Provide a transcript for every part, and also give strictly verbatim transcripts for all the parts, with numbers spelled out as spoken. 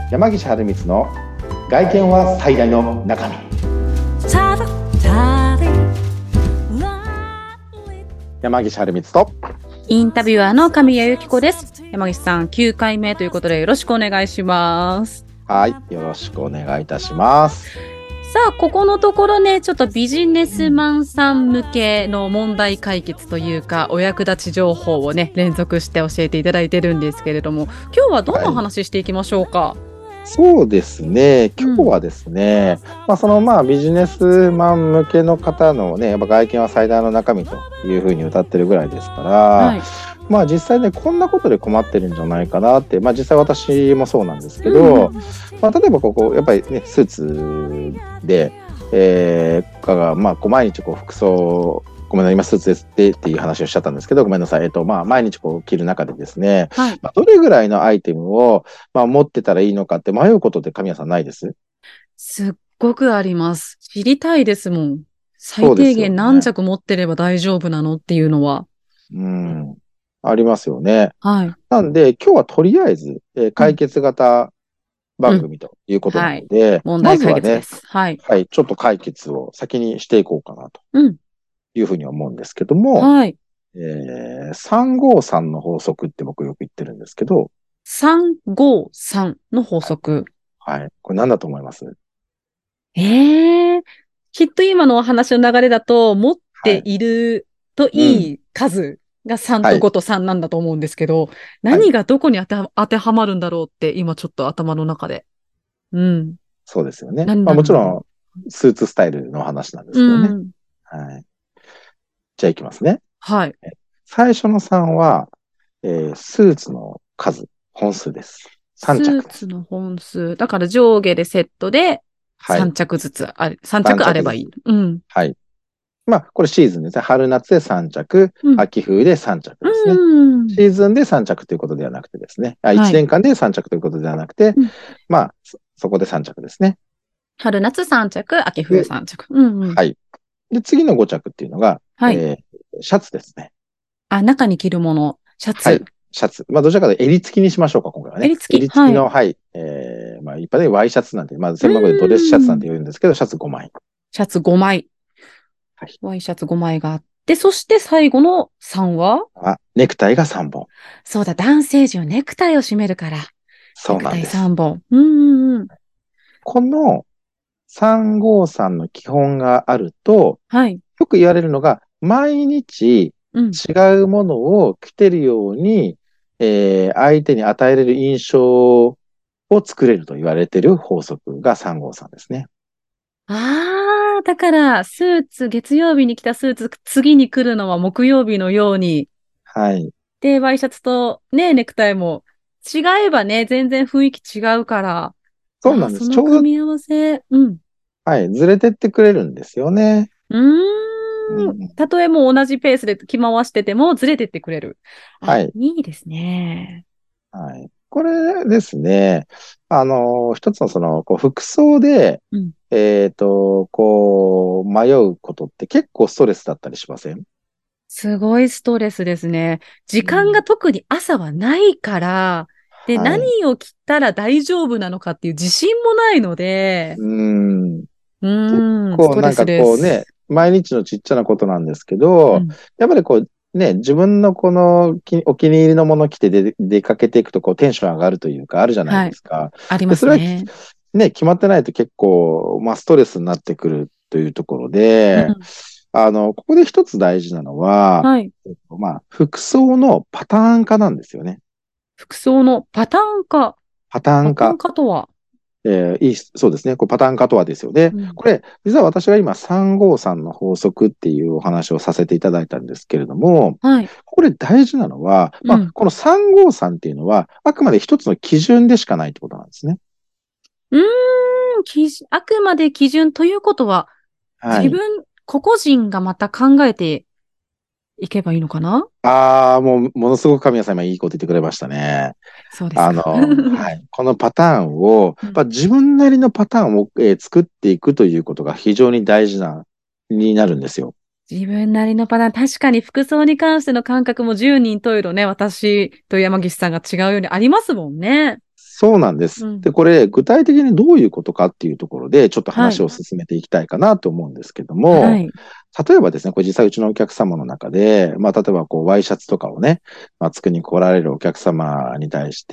山岸春光の外見は最大の中身。山岸春光とインタビュアーの神谷由紀子です。山岸さん、きゅうかいめということでよろしくお願いします。 はい、よろしくお願いいたします。 さあ、ここのところね、ちょっとビジネスマンさん向けの問題解決というか、お役立ち情報をね、連続して教えていただいてるんですけれども、今日はどんなお話していきましょうか。はい、 そうですね、今日はですね、うん、まあ、そのまあビジネスマン向けの方のね、やっぱ外見は最大の中身というふうに歌ってるぐらいですから、はい、まあ実際ね、こんなことで困ってるんじゃないかなって、まあ実際私もそうなんですけど、うん、まあ例えばここ、やっぱりね、スーツで、えー、かが、まあこう毎日こう服装、ごめんなさい、今スーツですってっていう話をしちゃったんですけど、ごめんなさい。えっと、まあ、毎日こう着る中でですね、はい、まあ、どれぐらいのアイテムを、まあ、持ってたらいいのかって迷うことって神谷さんないです？ すっごくあります。知りたいですもん。最低限何着持ってれば大丈夫なのっていうのは。 うん。ありますよね。 はい。 なんで、今日はとりあえず、えー、解決型番組ということなので、うんはい、 問題解決です。まはね、はい。はい。ちょっと解決を先にしていこうかなと。 うんいうふうに思うんですけども、 はい。 えー、さんごさんの法則って僕よく言ってるんですけど、 さんごさんの法則。 はい。はい、これ何だと思います？ ええー、きっと今のお話の流れだと、持っているといい数がさんとごとさんなんだと思うんですけど、はい、何がどこに当ては、当てはまるんだろうって今ちょっと頭の中で。うん。 そうですよね。まあもちろん、スーツスタイルの話なんですけどね。うん、はい。じゃあいきますね。 はい。 最初のさんは、えー、スーツの数、本数です。さん着です。 スーツの本数。だから上下でセットでさん着ずつある、はい、さん着あればいい。うん。 はい。まあ、これシーズンですね。春夏でさん着、うん、秋冬でさん着ですね。うん、シーズンでさん着ということではなくてですね。あ、いちねんかんでさん着ということではなくて、はい、まあそ、そこでさん着ですね。 春夏さん着、秋冬さん着。うんうん、 はい。で、次のご着っていうのが、はい、えー、シャツですね。 あ、中に着るもの、シャツ。はい。 シャツ。まあ、どちらかというと襟付きにしましょうか、今回はね。 襟付き。 襟付きの、はい、はい、えー、まあ、一般でワイシャツなんて、まあ、専門語でドレスシャツなんて言うんですけど、シャツごまい。 シャツごまい。はい。ワイシャツごまいがあって、そして最後のさんはあ、ネクタイがさんぼん。 そうだ、男性陣はネクタイを締めるから。 そうなんです。 ネクタイさんぼん。うんうんうん。 このさんごさんの基本があると、はい、よく言われるのが、毎日違うものを着てるように、うん、えー、相手に与えれる印象を作れると言われている法則がさんごさんですね。 ああ、だから、スーツ、月曜日に着たスーツ、次に来るのは木曜日のように。 はい。 で、ワイシャツとね、ネクタイも違えばね、全然雰囲気違うから。 そうなんです。 その組み合わせ。うん。 はい。ずれてってくれるんですよね。 うーん。たとえもう同じペースで着回しててもずれてってくれる。はい。いいですね。 はい。これですね。あの、一つのその、こう、服装で、うん、えっと、こう、迷うことって結構ストレスだったりしません？ すごいストレスですね。時間が特に朝はないから、うん、で、はい、何を着たら大丈夫なのかっていう自信もないので、 うん。 うん、 結構なんかこうね、毎日のちっちゃなことなんですけど、うん、やっぱりこう、ね、自分のこのお気に入りのもの着て出出かけていくとこうテンション上がるというかあるじゃないですか。はい、 ありますね。 でそれはね、決まってないと結構、まあ、ストレスになってくるというところで、うん、あの、ここで一つ大事なのは、はい、まあ、服装のパターン化なんですよね。 服装のパターン化。 パターン化。 パターン化とはえー、いい、そうですね。こうパターン化とはですよね。うん、これ、実は私が今さんごさんの法則っていうお話をさせていただいたんですけれども、はい、これ大事なのは、まあ、うん、このさんごさんっていうのは、あくまで一つの基準でしかないってことなんですね。 うーん、あくまで基準ということは、はい、自分、個々人がまた考えていけばいいのかな？ ああ、もう、ものすごく神谷さん今いいこと言ってくれましたね。 そうですか。 あの、はい。このパターンを、うん、まあ、自分なりのパターンを、えー、作っていくということが非常に大事な、になるんですよ。 自分なりのパターン、確かに服装に関しての感覚もじゅうにんといろね、私と山岸さんが違うようにありますもんね。 そうなんです。 うん、 で、これ、具体的にどういうことかっていうところで、ちょっと話をはい。 進めていきたいかなと思うんですけども、 はい。 例えばですね、これ実際うちのお客様の中で、まあ、例えばこう、ワイシャツとかをね、まあ、作りに来られるお客様に対して、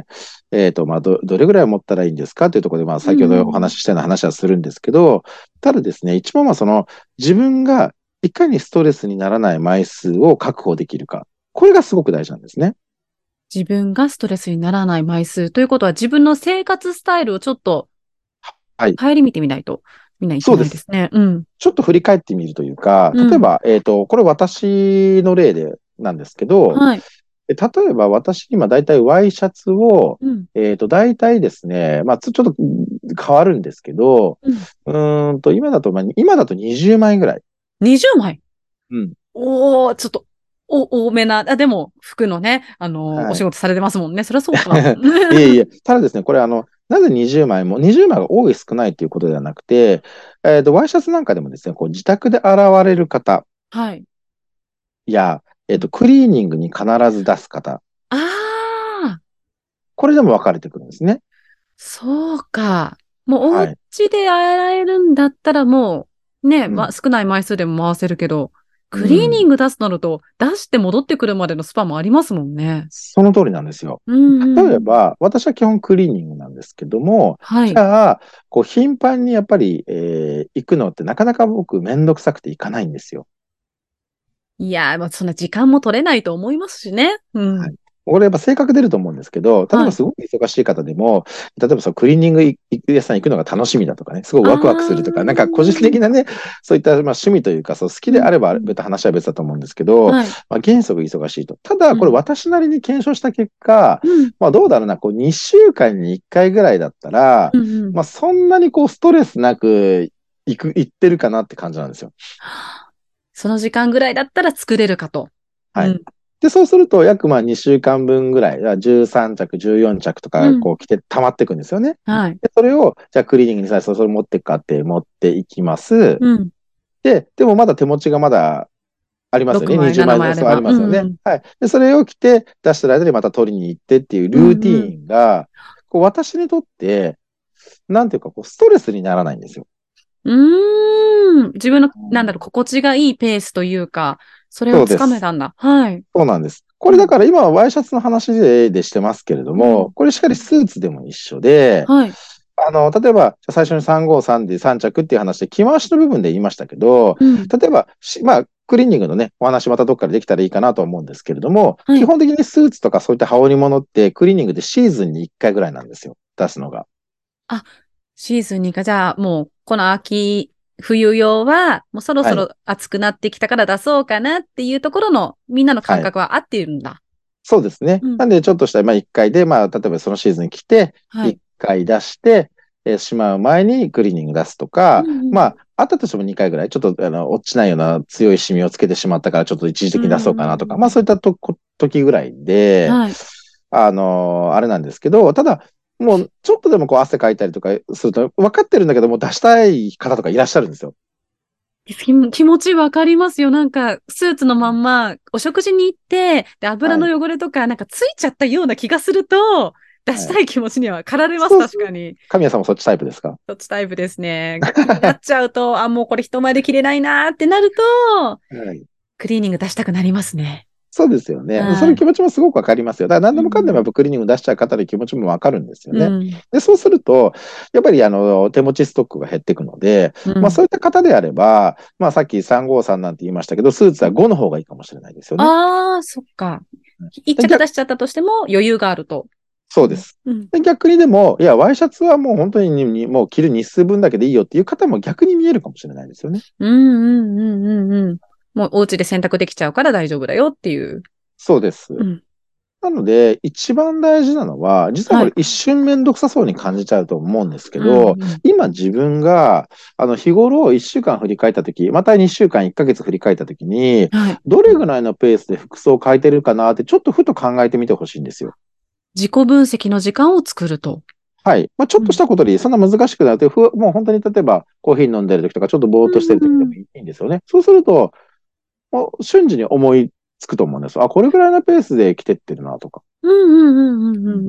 えっと、まあ、ど、どれぐらい持ったらいいんですかっていうところで、まあ、先ほどおうんうん話ししたような話はするんですけど、ただですね、一番はその、自分がいかにストレスにならない枚数を確保できるか。これがすごく大事なんですね。 自分がストレスにならない枚数ということは自分の生活スタイルをちょっとはい。 顧みてみないとみんないけそうです。 ないですね。うん。 ちょっと振り返ってみるというか、 うん。 例えば、えっと、これ私の例でなんですけど、 はい。 え例えば私今大体ワイシャツを、 うん。 えっと、大体ですね、まあ、つちょっとうん変わるんですけど、 うん。 うーんと、今だと、まあ、今だとにじゅうまいぐらい。 にじゅうまい。 うん。 おー、ちょっと、お、多めな。あ、でも、服のね、あの、おはい。 仕事されてますもんね。そりゃそうか。 いえいえ、ただですね、これあの、なぜにじゅうまいも、にじゅうまいが多い少ないということではなくて、えっと、ワイシャツなんかでもですね、こう自宅で洗われる方はい。 や、えっと、クリーニングに必ず出す方、 ああ、 これでも分かれてくるんですね。 そうか。もう、おはい。 家で洗えるんだったらもう、ね、ま、 うん。 少ない枚数でも回せるけど、クリーニうん。 ング出すとなると、出して戻ってくるまでのスパンもありますもんね。 その通りなんですよ。 うんうんうん。 例えば、私は基本クリーニングなんですけども、 はい。 じゃあ、こう、頻繁にやっぱり、えー行くのってなかなか僕めんどくさくて行かないんですよ。 いやー、まあ、そんな時間も取れないと思いますしね。うん。 はい。これやっぱ性格出ると思うんですけど、例えはい。 ばすごく忙しい方でも、例えばそのクリーニング屋さん行くのが楽しみだとかね、すごいあワクワクするとか、なんか個人的なー。 ね、そういったまあ趣味というか、そう好きうんであればうん。 別話は別だと思うんですけど、 はい。 まあ、原則忙しいと。ただ、これうん。 私なりに検証した結果、 うん。 まあどうだろうな、こうにしゅうかんにいっかいぐらいだったら、 うんうん。 まあそんなにこうストレスなく行く、行ってるかなって感じなんですよ。 その時間ぐらいだったら作れるかと。 はい。 うん。 で、そうすると、約まあにしゅうかんぶんぐらい、じゅうさん着、じゅうよん着とか、 うん。 こう来て溜まっていくんですよね。 はい。 で、それを、じゃあクリーニングにさえそれ持っていくかって持っていきます。 うん。 で、でもまだ手持ちがまだありますよ 6 ね。 枚、 20 7 枚で、そうあり枚あれば。うますよね。 んうん。 はい。で、それを着て出してる間にまた取りに行ってっていううルーテんうん。 ィーンが、こう私にとって、なんていうか、こうストレスにならないんですよ。 うーん。自分の、 うなんだろう、 ん。 心地がいいペースというか、それをつそうです。 かめたんだ。はい。 そうなんです。こうん。 れだから今はワイシャツの話で、でしてますけれども、 うん。 これしっかりスーツでも一緒で、 はい。 あの、例えば、最初にさんごさんでさん着っていう話で、着回しの部分で言いましたけど、 うん。 例えば、しまあ、クリーニングのね、お話またどっかでできたらいいかなと思うんですけれども、 はい。 基本的にスーツとかそういった羽織物ってクリーニングでシーズンにいっかいぐらいなんですよ。出すのが。 あ、シーズンにか、じゃあ、もう、この秋、冬用は、もうそろはい。 そろ暑くなってきたから出そうかなっていうところの、みんなの感はい。 覚は合っているんだ。 そうですね。 うん。 なんで、ちょっとした、まあ、いっかいで、まあ、例えばそのシーズン来て、1 はい。 回出して、えーしまう前にクリーニング出すとか、 うんうん。 まあ、あったとしてもにかいぐらい、ちょっと、あの、落ちないような強いシミをつけてしまったから、ちょっと一時うん的に出そうかなとか、まあ、 うんうん。 そういったとこ時ぐらいで、 はい。 あのーあれなんですけど、ただ、もう、ちょっとでもこう汗かいたりとかすると、分かってるんだけども、出したい方とかいらっしゃるんですよ。 気気持ちわかりますよ。なんか、スーツのまんま、お食事に行って、で、油はい。 の汚れとか、なんかついちゃったような気がすると、出しはい。 たい気持ちには駆られます、 そうする。 確かに。 神谷さんもそっちタイプですか？ そっちタイプですね。気になっちゃうと、あ、もうこれ人前で着れないなーってなると、 はい。 クリーニング出したくなりますね。 そうですよね。そはい。 の気持ちもすごくわかりますよ。だから何でもかんでもやっうん。 ぱクリーニング出しちゃう方の気持ちもわかるんですよね。 うん。 で、そうすると、やっぱりあの、手持ちストックが減っていくので、まあうん。 そういった方であれば、まあさっきさんごさんなんて言いましたけど、スーツはごの方がいいかもしれないですよね。 ああ、そっか。一で、 着逆、 出しちゃったとしても余裕があると。うん。 そうです。 うん。 で、逆にでも、いや、ワイシャツはもう本当ににもう着る日数分だけでいいよっていう方も逆に見えるかもしれないですよね。 うんうんうんうんうん。もうお家で洗濯できちゃうから大丈夫だよっていう。 そうです。 うん。 なので、一番大事なのは、実はこれはい。 一瞬めんどくさそうに感じちゃうと思うんですけうんど、 うん。 今自分が、あの、日頃一週間振り返ったとき、また二週間、一ヶ月振り返ったときに、 はい。 どれぐらいのペースで服装を変えてるかなって、ちょっとふと考えてみてほしいんですよ。 自己分析の時間を作ると。 はい。まあ、ちょっとしうん。 たことでいい。そんな難しくなくて、ふもう本当に例えばコーヒー飲んでるときとか、ちょっとぼーっとしてるときでもうんいいんですよね。そうすると、もう瞬時に思いつくと思うんです。あ、これぐらいのペースで来てってるなとか。 うんうんうんうんうんうん。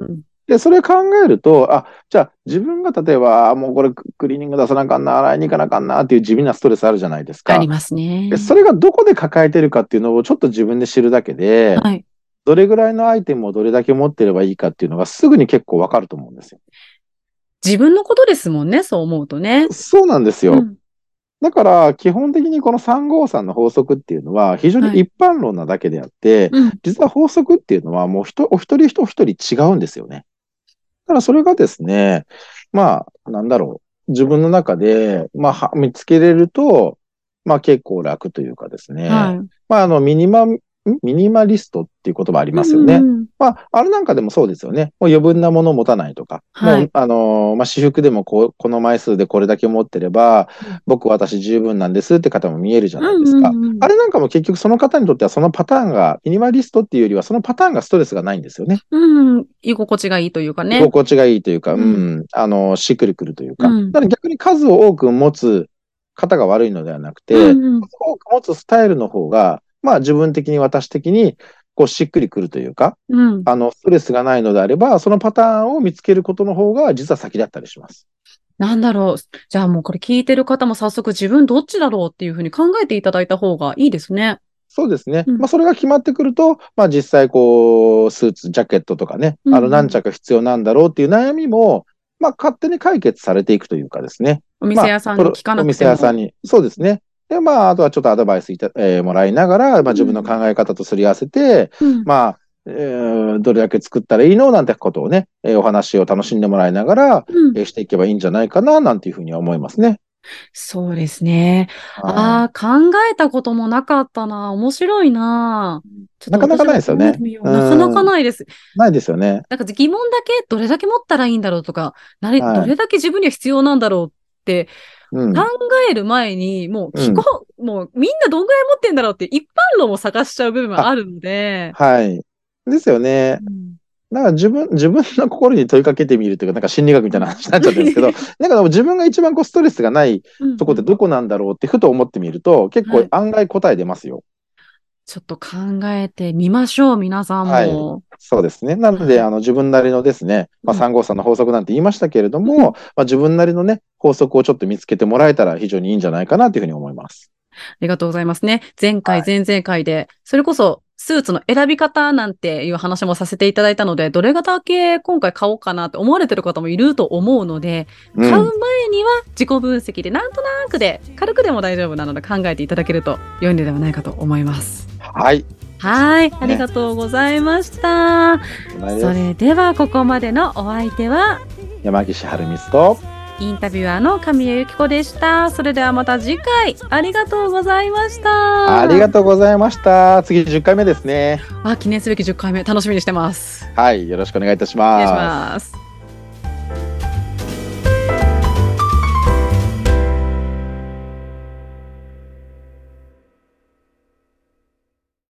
で、それ考えると、あ、じゃあ自分が例えば、もうこれクリーニング出さなあかんな、洗いに行かなあかんなっていう地味なストレスあるじゃないですか。 ありますね。 でそれがどこで抱えてるかっていうのをちょっと自分で知るだけで、 はい。 どれぐらいのアイテムをどれだけ持ってればいいかっていうのがすぐに結構わかると思うんですよ。 自分のことですもんね、そう思うとね。 そうなんですよ。 うん。 だから、基本的にこのさんごうさんの法則っていうのは、非常にはい。 一般論なだけであって、 うん。 実は法則っていうのは、もう人、お一人お一人違うんですよね。だからそれがですね、まあ、なんだろう。自分の中で、まあ、は見つけれると、まあ結構楽というかですね。 はい。 まあ、あの、ミニマ、んミニマリストっていう言葉ありうんますよね。 うんうん。 まあ、あれなんかでもそうですよね。もう余分なものを持たないとか。もう、 はい。 あのーまあ、私服でもこう、この枚数でこれだけ持ってれば、 うん僕、私十分なんですって方も見えるじゃうんうないですか。 んうん。 あれなんかも結局その方にとってはそのパターンが、ミニマリストっていうよりはそのパターンがストレスがないんですよね。 うん。居心地がいいというか居ね。 心地がいいというか、ううん。 ん、あの、しっくりくるというか。 うん。 だから逆に数を多く持つ方が悪いのではなくて、 うんうん。 数を多く持つスタイルの方が、まあ自分的に私的に、こうしっくりくるというか、 うん。 あの、ストレスがないのであれば、そのパターンを見つけることの方が実は先だったりします。 なんだろう。じゃあもうこれ聞いてる方も早速自分どっちだろうっていうふうに考えていただいた方がいいですね。 そうですね。 うん。 まあ、それが決まってくると、まあ、実際、こう、スーツ、ジャケットとかね、 うんあの、何うん。 着必要なんだろうっていう悩みも、まあ、勝手に解決されていくというかですね。 お店屋まあ、プロさんに聞かおなくても。 店屋さんに、そうですね。で、まあ、あとはちょっとアドバイスいた、えーもらいながら、まあ、自分のうん。 考え方とすり合わせて、 うん。 まあ、えーどれだけ作ったらいいのなんてことをね、えーお話を楽しんでもらいながら、 うん。 えーしていけばいいんじゃないかな、なんていうふうには思いますね。 そうですね。 はい。 ああ、考えたこともなかったな。面白いな。ちょっとなかなか私も考えないですよね。 てみよう。 うなかなかん。 ないです。 ないですよね。 なんか疑問だけどれだけ持ったらいいんだろうとか、なれ、どはい。 れだけ自分には必要なんだろうって考うん。 える前に、もううん。 聞こう、もうみんなどんぐらい持ってんだろうって一般論を探しちゃう部分はあ、 あるので、 はい。ですよね。 うん。 だから自分、自分の心に問いかけてみるというか、なんか心理学みたいなうん。 話になっちゃってるんですけど、なんかでも自分が一番こうストレスがないうんうん。 とこってどこなんだろうってふと思ってみると、結はい。 構案外答え出ますよ。 ちょっと考えてみましょう、皆さんはい。 も。 そうですね。なので、 はい。 あの、自分なりのですね、まあ、 うん。 さんごうさんの法則なんて言いましたけれども、 うん。 まあ、自分なりのね、法則をちょっと見つけてもらえたら非常にいいんじゃないかなというふうに思います。 ありがとうございますね。前回、 はい。 前々回で、それこそスーツの選び方なんていう話もさせていただいたので、どれ型系今回買おうかなって思われてる方もいると思うので、買ううん。 前には自己分析でなんとなくで、軽くでも大丈夫なので考えていただけると良いのではないかと思います。 はい。 はい、ありね。 がとうございました。そないです。 れではここまでのお相手は、 山岸春光と、 インタビュアーの神谷由紀子でした。それではまた次回ありがとうございました。 ありがとうございました。次じゅっかいめですね。 あ、記念すべきじゅっかいめ楽しみにしてます。 はい。よろしくお願いいたしお願いします。 ます。